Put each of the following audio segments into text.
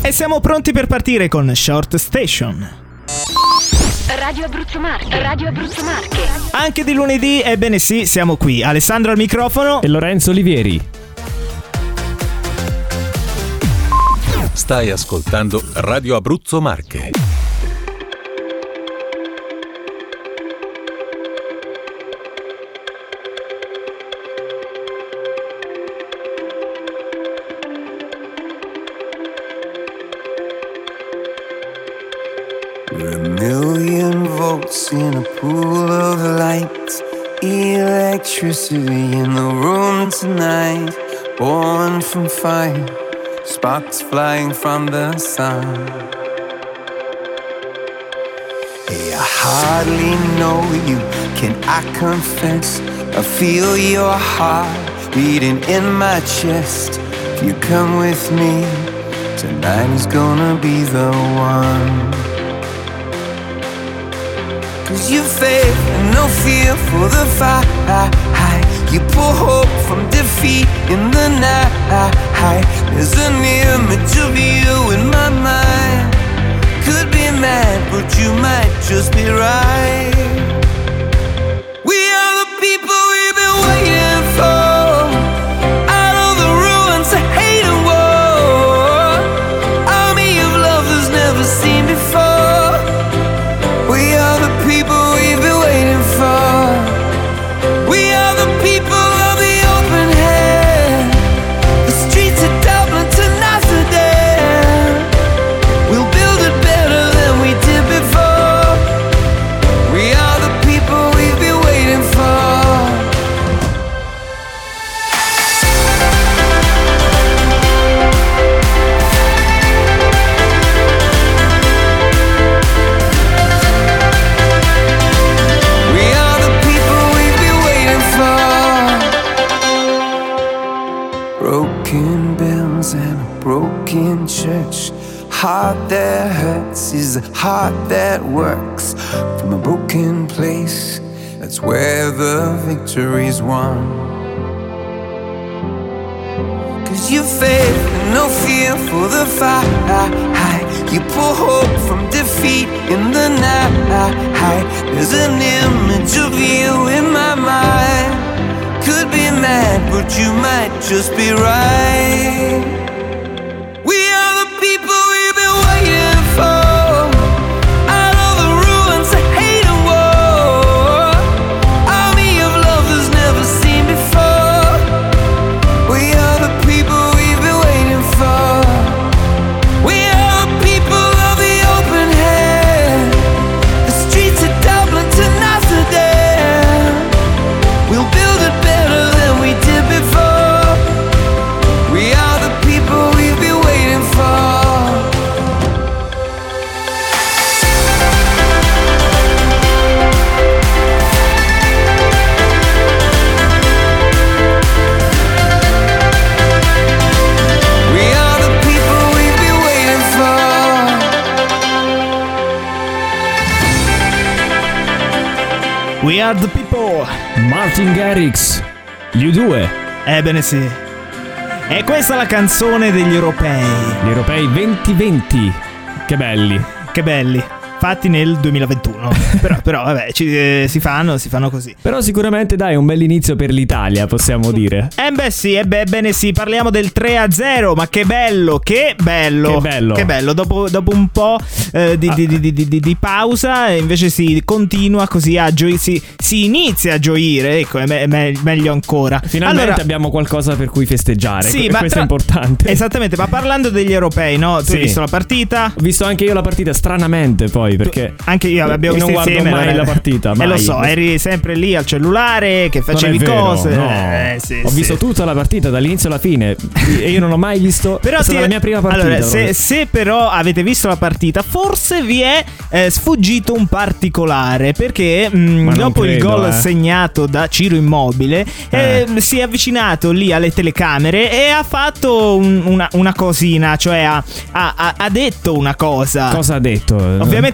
E siamo pronti per partire con Short Station. Radio Abruzzo Marche. Radio Abruzzo Marche. Anche di lunedì, ebbene sì, siamo qui. Alessandro al microfono e Lorenzo Olivieri. Stai ascoltando Radio Abruzzo Marche. We're a million volts in a pool of light, electricity in the room tonight, born from fire, sparks flying from the sun. Hey, I hardly know you, can I confess? I feel your heart beating in my chest. If you come with me, tonight is gonna be the one. 'Cause you faith and no fear for the fight. You pull hope from defeat in the night. There's an image of you in my mind. Could be mad, but you might just be right. We are the people we've been waiting for. Out of the ruins of hate and war, army of love that's never seen before. We are the people we've been waiting for. We are the people of the open hand. The streets of Dublin to Amsterdam. We'll build it better than we did before. We are the people we've been waiting for. We are the people we've been waiting for. Broken bells and a broken church. Heart that hurts is a heart that works. From a broken place, that's where the victory's won. 'Cause you faith and no fear for the fight. You pull hope from defeat in the night. There's an image of you in my mind. Could be mad, but you might just be right. We are the people we've been waiting for. Out of the ruins of hate and war, army of love that's never seen before. We are the people we've been waiting for. We are the people of the open hand. The streets of Dublin to Amsterdam. We'll build it better than we did before. We are the people we've been waiting for. We are the people we've been waiting for. We Are The People. Martin Garrix, gli U2, Ebbene sì. E questa è la canzone degli europei. gli europei 2020. Che belli. Che belli. Fatti nel 2021. però vabbè, si fanno così. Però sicuramente dai, un bell'inizio per l'Italia, possiamo dire. Beh sì, ebbene sì, parliamo del 3-0, ma che bello. Che bello. Dopo un po' di pausa, invece si continua così a si inizia a gioire, ecco, è meglio ancora. Finalmente allora, abbiamo qualcosa per cui festeggiare. Sì, questo è importante. Esattamente, ma parlando degli europei, no? Tu hai visto la partita? Ho visto anche io la partita, stranamente poi, perché anche io abbiamo visto non insieme guardo mai la partita, mai. Lo so, eri sempre lì al cellulare che facevi non è vero, cose. no. Sì, ho visto tutta la partita dall'inizio alla fine e io non ho mai visto. Però è stata la mia prima partita. Allora, se però avete visto la partita, forse vi è sfuggito un particolare, perché dopo il gol segnato da Ciro Immobile si è avvicinato lì alle telecamere e ha fatto una cosina, cioè ha detto una cosa. Cosa ha detto? Ovviamente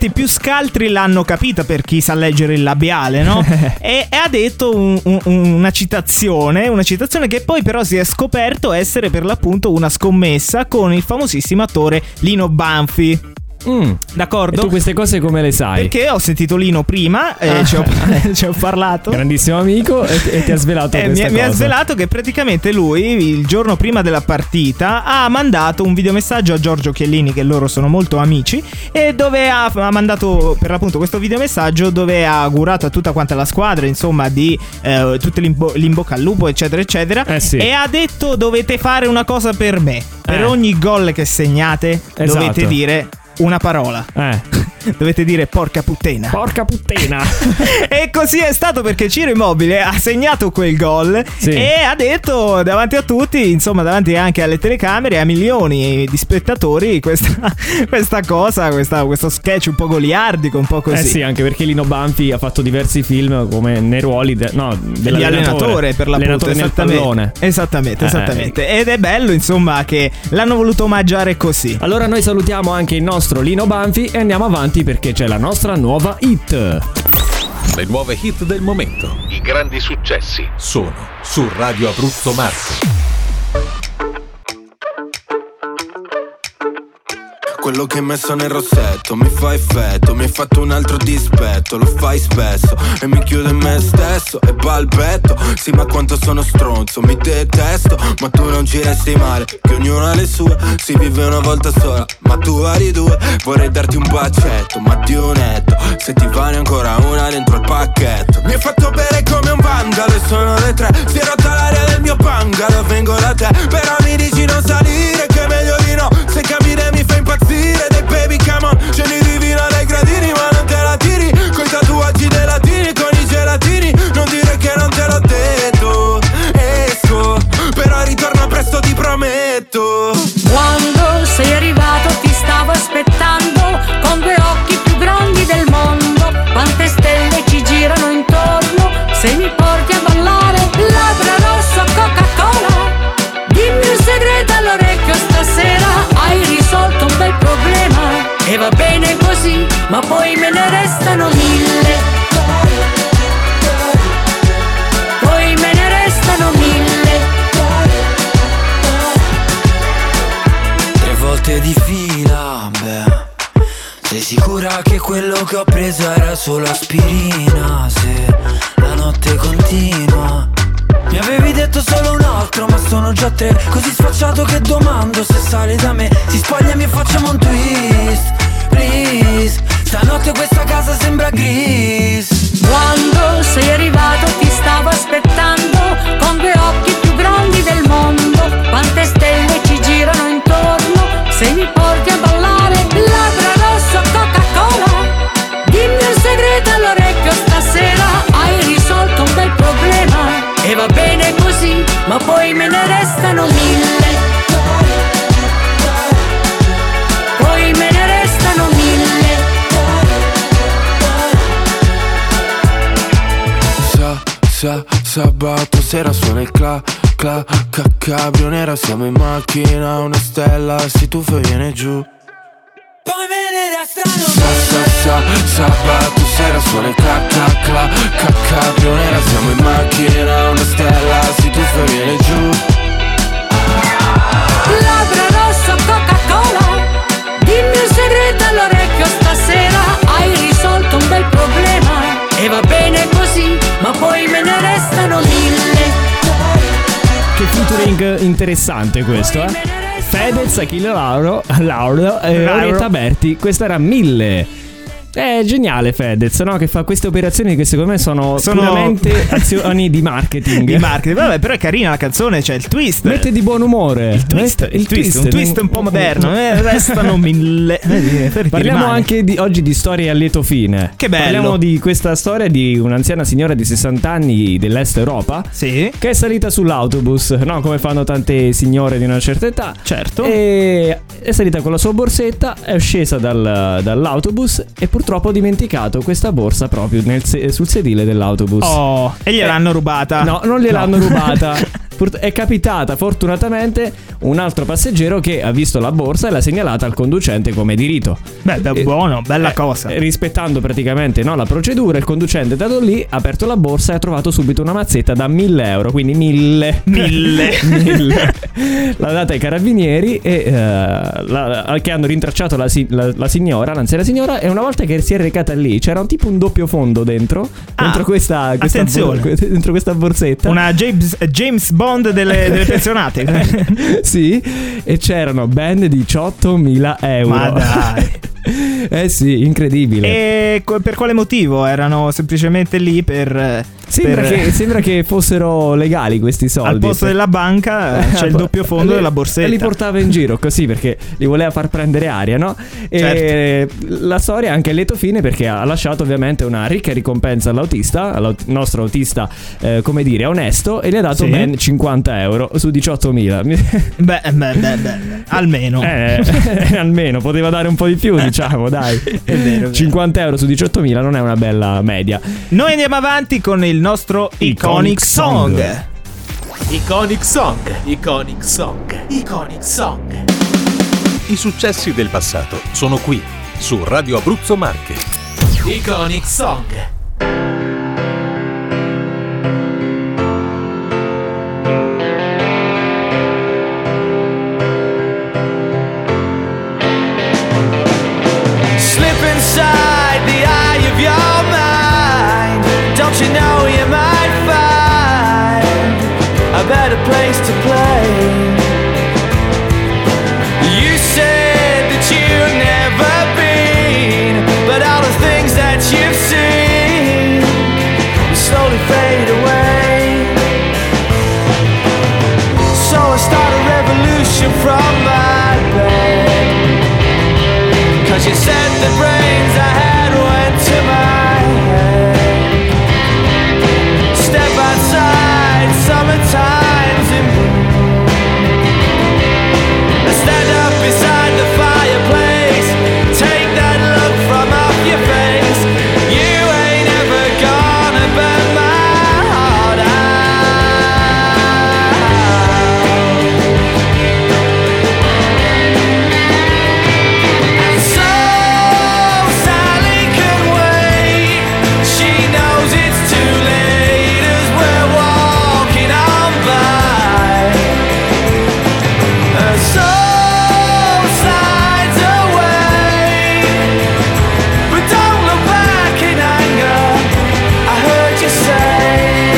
infatti più scaltri l'hanno capita, per chi sa leggere il labiale, no? e ha detto una citazione che poi però si è scoperto essere per l'appunto una scommessa con il famosissimo attore Lino Banfi. D'accordo? E tu queste cose come le sai? Perché ho sentito Lino prima, ci ho parlato. Grandissimo amico, e ti ha svelato questa cosa. Mi ha svelato che praticamente lui, il giorno prima della partita, ha mandato un videomessaggio a Giorgio Chiellini, che loro sono molto amici, e dove ha mandato per l'appunto questo videomessaggio dove ha augurato a tutta quanta la squadra, insomma, di tutte l'in-bocca al lupo, eccetera eccetera, sì. E ha detto: dovete fare una cosa per me, per ogni gol che segnate, esatto, dovete dire una parola. Dovete dire porca puttana. Porca puttana. E così è stato, perché Ciro Immobile ha segnato quel gol, sì, e ha detto davanti a tutti, insomma davanti anche alle telecamere, a milioni di spettatori, questa cosa, questo sketch un po' goliardico, un po' così. Sì, anche perché Lino Banfi ha fatto diversi film come nei ruoli dell'allenatore, per l'appunto, nel pallone. Esattamente. Ed è bello, insomma, che l'hanno voluto omaggiare così. Allora noi salutiamo anche il nostro Lino Banfi e andiamo avanti, perché c'è la nostra nuova hit. Le nuove hit del momento. I grandi successi sono su Radio Abruzzo Marche. Quello che hai messo nel rossetto mi fa effetto, mi hai fatto un altro dispetto, lo fai spesso e mi chiudo in me stesso e balbetto. Sì, ma quanto sono stronzo, mi detesto, ma tu non ci resti male, che ognuno ha le sue, si vive una volta sola, ma tu vari due. Vorrei darti un bacetto, ma di un netto, se ti va ne ancora una dentro il pacchetto. Mi hai fatto bere come un vandalo e sono le 3, si è rotta l'aria del mio bungalow, vengo da te, però mi dici non salire, che è meglio di no, se cammine mi fa impazzire. Dei baby come on, scegli di vino dai gradini, ma non te la tiri, coi tatuaggi dei latini, con i gelatini, non dire che non te l'ho detto. Esco, però ritorno presto, ti prometto. Quando sei arrivato ti stavo aspettando, con due occhi più grandi del mondo, quante stelle ci girano intorno, se mi porti a ballare, labbra rosso, Coca-Cola, dimmi un segreto all'orecchio stasera, hai risolto un bel problema e va bene così, ma poi me ne restano 1000. Poi me ne restano 1000. 3 volte di fila, beh, sei sicura che quello che ho preso era solo aspirina? Se la notte continua, mi avevi detto solo un altro, ma sono già 3, così sfacciato che domando se sale da me. Si spogliami e facciamo un twist, please. Stanotte questa casa sembra gris. Quando sei arrivato ti stavo aspettando, con due occhi più grandi del mondo, quante stelle ci girano intorno, se mi porti a ballare, labbra rosso, Coca-Cola, dimmi un segreto all'orecchio stasera, hai risolto un bel problema e va bene così, ma poi me ne restano 1000. Poi me ne restano 1000. Sabato sera suona il cabrio nera, siamo in macchina, una stella si tuffa e viene giù. Poi me ne restano sabato sera suona il cabrio nera, siamo in macchina, una stella si tuffa e viene giù. Labbra rosso, Coca-Cola, dimmi un segreto all'orecchio stasera, hai risolto un bel problema e va bene così, ma poi me ne restano 1000. Che featuring interessante questo, eh? Fedez, Achille Lauro e Orietta Berti. Questa era 1000. È geniale Fedez, no? Che fa queste operazioni che secondo me sono puramente azioni di marketing. Vabbè, però è carina la canzone, c'è il twist. Mette di buon umore. Il twist un po' moderno. Restano 1000. Parliamo anche oggi di storie a lieto fine. Che bello. Parliamo di questa storia di un'anziana signora di 60 anni dell'est Europa. Sì. Che è salita sull'autobus, no? Come fanno tante signore di una certa età. Certo. E è salita con la sua borsetta, è scesa dall'autobus e purtroppo ha dimenticato questa borsa proprio sul sedile dell'autobus. Oh, e gliel'hanno rubata? No, non gliel'hanno rubata. è capitata fortunatamente un altro passeggero che ha visto la borsa e l'ha segnalata al conducente come di rito. Beh, buono, bella cosa. Rispettando praticamente la procedura, il conducente è andato lì, ha aperto la borsa e ha trovato subito una mazzetta da 1.000 euro, quindi 1.000. L'ha data ai carabinieri e che hanno rintracciato la signora, l'anziana signora, e una volta che si è recata lì c'era un doppio fondo dentro questa dentro questa borsetta, una James Bond delle pensionate. Sì, e c'erano ben 18.000 euro. Ma dai. Sì, incredibile. E per quale motivo? Erano semplicemente lì per... Sembra che fossero legali questi soldi. Al posto della banca c'è il doppio fondo della borsetta. E li portava in giro così perché li voleva far prendere aria, no? E certo. La storia ha anche lieto fine perché ha lasciato ovviamente una ricca ricompensa all'autista, al nostro autista, come dire, onesto, e gli ha dato ben 50 euro su 18.000. Beh, almeno. Almeno, poteva dare un po' di più, diciamo, dai. È vero. 50 euro su 18.000 non è una bella media. Noi andiamo avanti con il nostro Iconic Song. Iconic Song. Iconic Song. Iconic Song. I successi del passato sono qui su Radio Abruzzo Marche. Iconic Song. Slip inside the eye of your mind. Don't you know you might find a better place to play? You said that you've never been, but all the things that you've seen will slowly fade away. So I start a revolution from my bed, 'cause you said the brains I had went to my head. Step outside, summertime's in bloom. Stand up beside the fireplace, take that look from off your face. You ain't ever gonna burn my heart out. And so Sally can wait, she knows it's too late as we're walking on by. And so slides away, but don't look back in anger, I heard you say.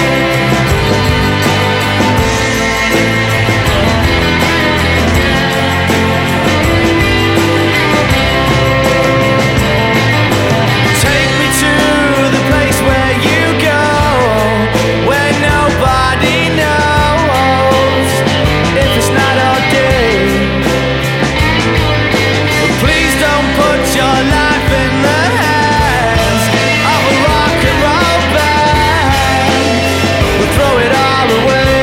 Take me to the place where you go, where nobody knows if it's night or day. Please don't put your life in the hands of a rock and roll band. We'll throw it all away.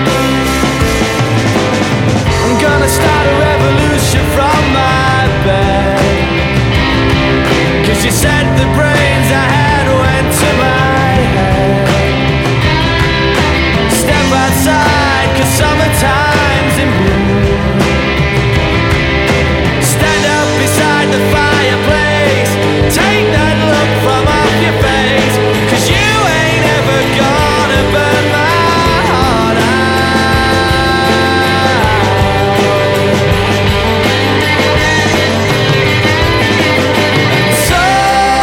I'm gonna start a revolution from my bed, 'cause you said the brains I had went to my head. Step outside, 'cause summertime's in bloom. Stand up beside the fireplace, take that look from off your face, 'cause you ain't ever gonna burn my heart out. So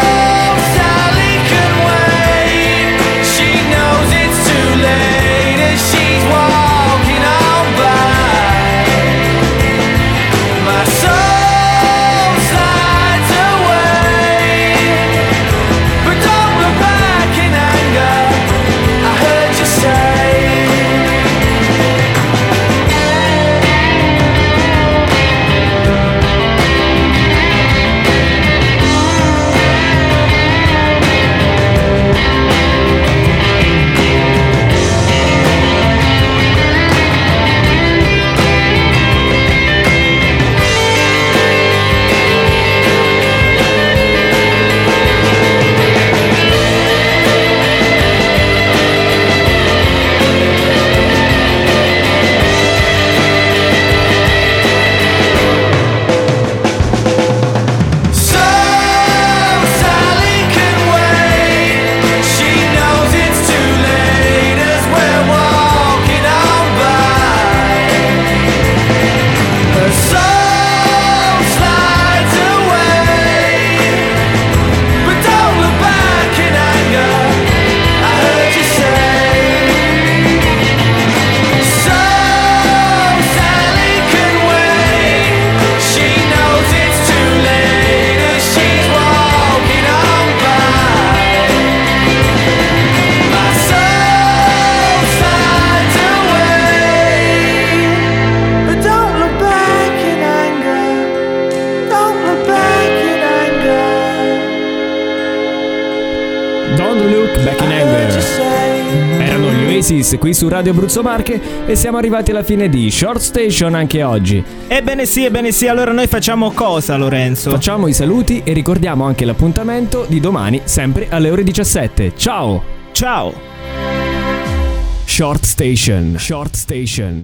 Oasis qui su Radio Abruzzo Marche e siamo arrivati alla fine di Short Station anche oggi. Ebbene sì, allora noi facciamo cosa, Lorenzo? Facciamo i saluti e ricordiamo anche l'appuntamento di domani sempre alle ore 17. Ciao! Ciao! Short Station.